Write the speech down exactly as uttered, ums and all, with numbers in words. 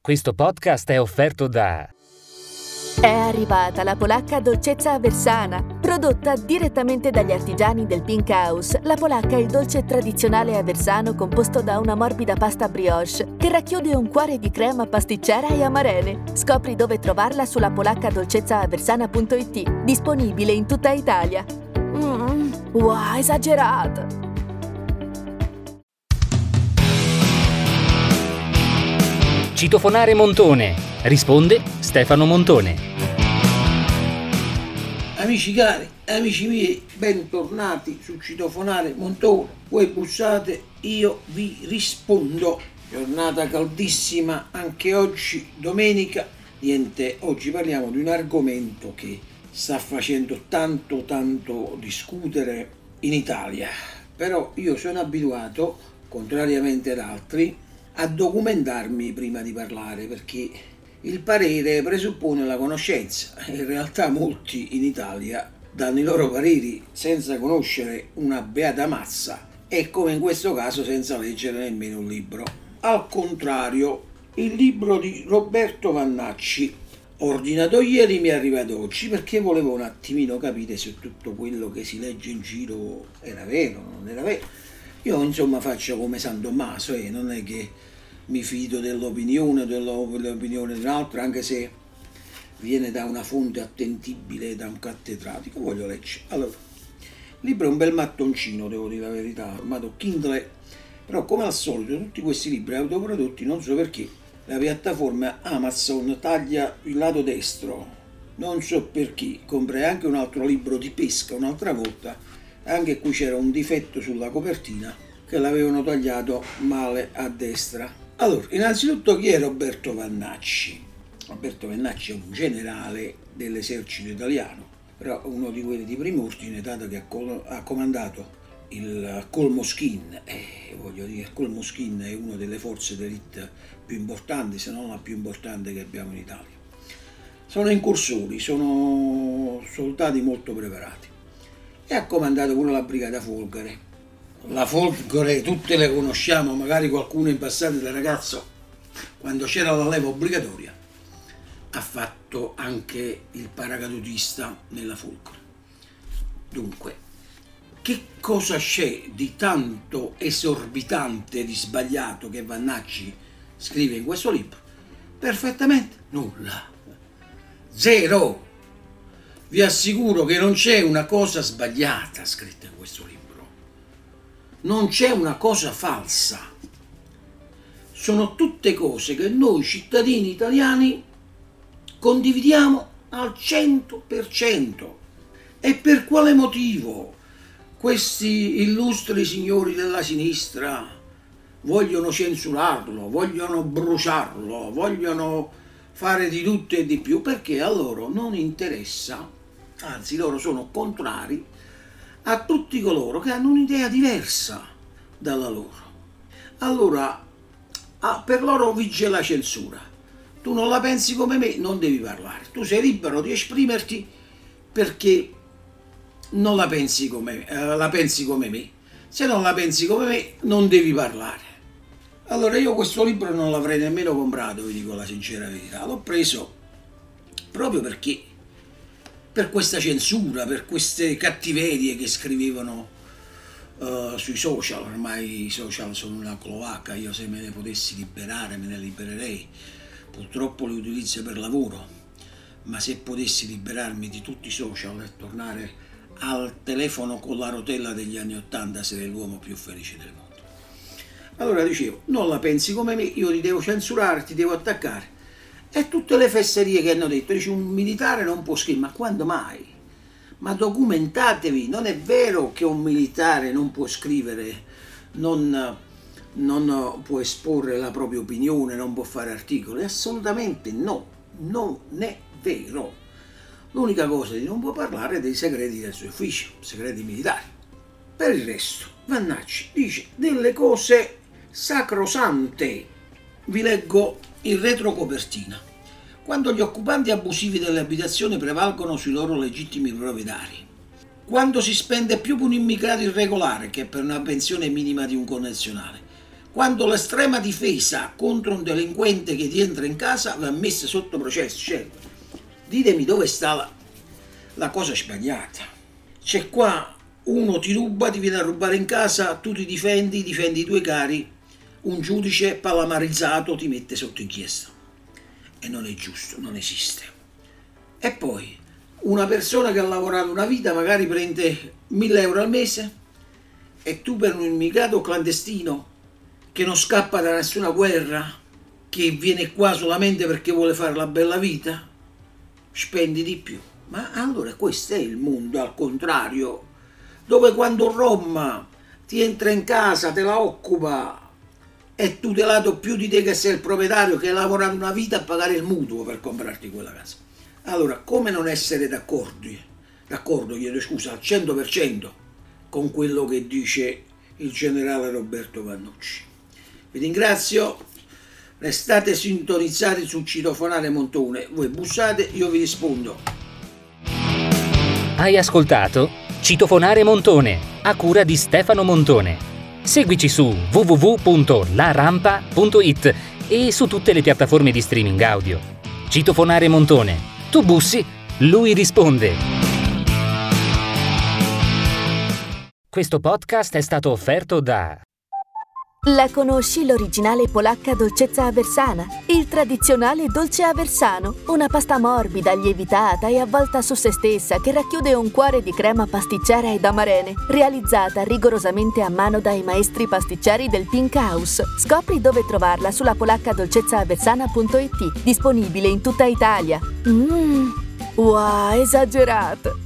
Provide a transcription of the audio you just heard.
Questo podcast è offerto da... È arrivata la polacca dolcezza aversana, prodotta direttamente dagli artigiani del Pink House. La polacca è il dolce tradizionale aversano composto da una morbida pasta brioche che racchiude un cuore di crema pasticcera e amarene. Scopri dove trovarla sulla polacca dolcezza aversana punto it, disponibile in tutta Italia. Mmm, wow, esagerato! Citofonare Montone. Risponde Stefano Montone. Amici cari, amici miei, bentornati su Citofonare Montone. Voi bussate, io vi rispondo. Giornata caldissima anche oggi, domenica. Niente, oggi parliamo di un argomento che sta facendo tanto tanto discutere in Italia. Però io sono abituato, contrariamente ad altri, a documentarmi prima di parlare, perché il parere presuppone la conoscenza. In realtà molti in Italia danno i loro pareri senza conoscere una beata mazza e, come in questo caso, senza leggere nemmeno un libro. Al contrario, il libro di Roberto Vannacci, ordinato ieri, mi è arrivato oggi perché volevo un attimino capire se tutto quello che si legge in giro era vero o non era vero. Io insomma faccio come San Tommaso e eh, non è che mi fido dell'opinione o dell'opinione di un altro, anche se viene da una fonte attendibile, da un cattedratico, voglio leggere. Allora, il libro è un bel mattoncino, devo dire la verità, formato Kindle, però come al solito tutti questi libri autoprodotti, non so perché, la piattaforma Amazon taglia il lato destro, non so perché. Comprai anche un altro libro di pesca un'altra volta, anche qui c'era un difetto sulla copertina che l'avevano tagliato male a destra. Allora, innanzitutto chi è Roberto Vannacci? Roberto Vannacci è un generale dell'esercito italiano, però uno di quelli di primo ordine, dato che ha comandato il Colmoschin, e voglio dire, il Colmoschin è una delle forze d'élite più importanti, se non la più importante che abbiamo in Italia. Sono incursori, sono soldati molto preparati. E ha comandato pure la brigata Folgore. La Folgore tutte le conosciamo, magari qualcuno in passato da ragazzo, quando c'era la leva obbligatoria, ha fatto anche il paracadutista nella Folgore. Dunque, che cosa c'è di tanto esorbitante, di sbagliato che Vannacci scrive in questo libro? Perfettamente nulla. Zero. Vi assicuro che non c'è una cosa sbagliata scritta in questo libro, non c'è una cosa falsa, sono tutte cose che noi cittadini italiani condividiamo al cento per cento. E per quale motivo questi illustri signori della sinistra vogliono censurarlo, vogliono bruciarlo, vogliono fare di tutto e di più? Perché a loro non interessa, anzi loro sono contrari a tutti coloro che hanno un'idea diversa dalla loro. Allora, ah, per loro vige la censura. Tu non la pensi come me, non devi parlare. Tu sei libero di esprimerti perché non la pensi come, eh, la pensi come me. Se non la pensi come me, non devi parlare. Allora io questo libro non l'avrei nemmeno comprato, vi dico la sincera verità. L'ho preso proprio perché per questa censura, per queste cattiverie che scrivevano uh, sui social. Ormai i social sono una cloaca, io se me ne potessi liberare me ne libererei, purtroppo li utilizzo per lavoro, ma se potessi liberarmi di tutti i social e tornare al telefono con la rotella degli anni ottanta sarei l'uomo più felice del mondo. Allora dicevo, non la pensi come me, io ti devo censurare, ti devo attaccare. E tutte le fesserie che hanno detto, dice un militare non può scrivere, ma quando mai? Ma documentatevi, non è vero che un militare non può scrivere, non, non può esporre la propria opinione, non può fare articoli, assolutamente no, non è vero. L'unica cosa che non può parlare è dei segreti del suo ufficio, segreti militari. Per il resto, Vannacci dice delle cose sacrosante. Vi leggo in retrocopertina. Quando gli occupanti abusivi delle abitazioni prevalgono sui loro legittimi proprietari, quando si spende più per un immigrato irregolare che per una pensione minima di un connazionale, quando l'estrema difesa contro un delinquente che ti entra in casa va messa sotto processo. Cioè, ditemi dove sta la, la cosa sbagliata. C'è qua uno ti ruba, ti viene a rubare in casa, tu ti difendi, difendi i tuoi cari, un giudice palamarizzato ti mette sotto inchiesta. E non è giusto, non esiste. E poi una persona che ha lavorato una vita magari prende mille euro al mese e tu per un immigrato clandestino che non scappa da nessuna guerra, che viene qua solamente perché vuole fare la bella vita, spendi di più. Ma allora questo è il mondo al contrario, dove quando Roma ti entra in casa, te la occupa, è tutelato più di te che sei il proprietario che hai lavorato una vita a pagare il mutuo per comprarti quella casa. Allora, come non essere d'accordo, d'accordo, chiedo scusa, al cento per cento con quello che dice il generale Roberto Vannucci? Vi ringrazio, restate sintonizzati sul citofonare Montone, voi bussate, io vi rispondo. Hai ascoltato Citofonare Montone, a cura di Stefano Montone. Seguici su w w w punto la rampa punto i t e su tutte le piattaforme di streaming audio. Citofonare Montone, tu bussi, lui risponde. Questo podcast è stato offerto da... La conosci l'originale polacca dolcezza aversana? Il tradizionale dolce aversano, una pasta morbida, lievitata e avvolta su se stessa che racchiude un cuore di crema pasticcera ed amarene, realizzata rigorosamente a mano dai maestri pasticceri del Pink House. Scopri dove trovarla sulla polacca dolcezza aversana punto i t, disponibile in tutta Italia. Mmm, wow, esagerato!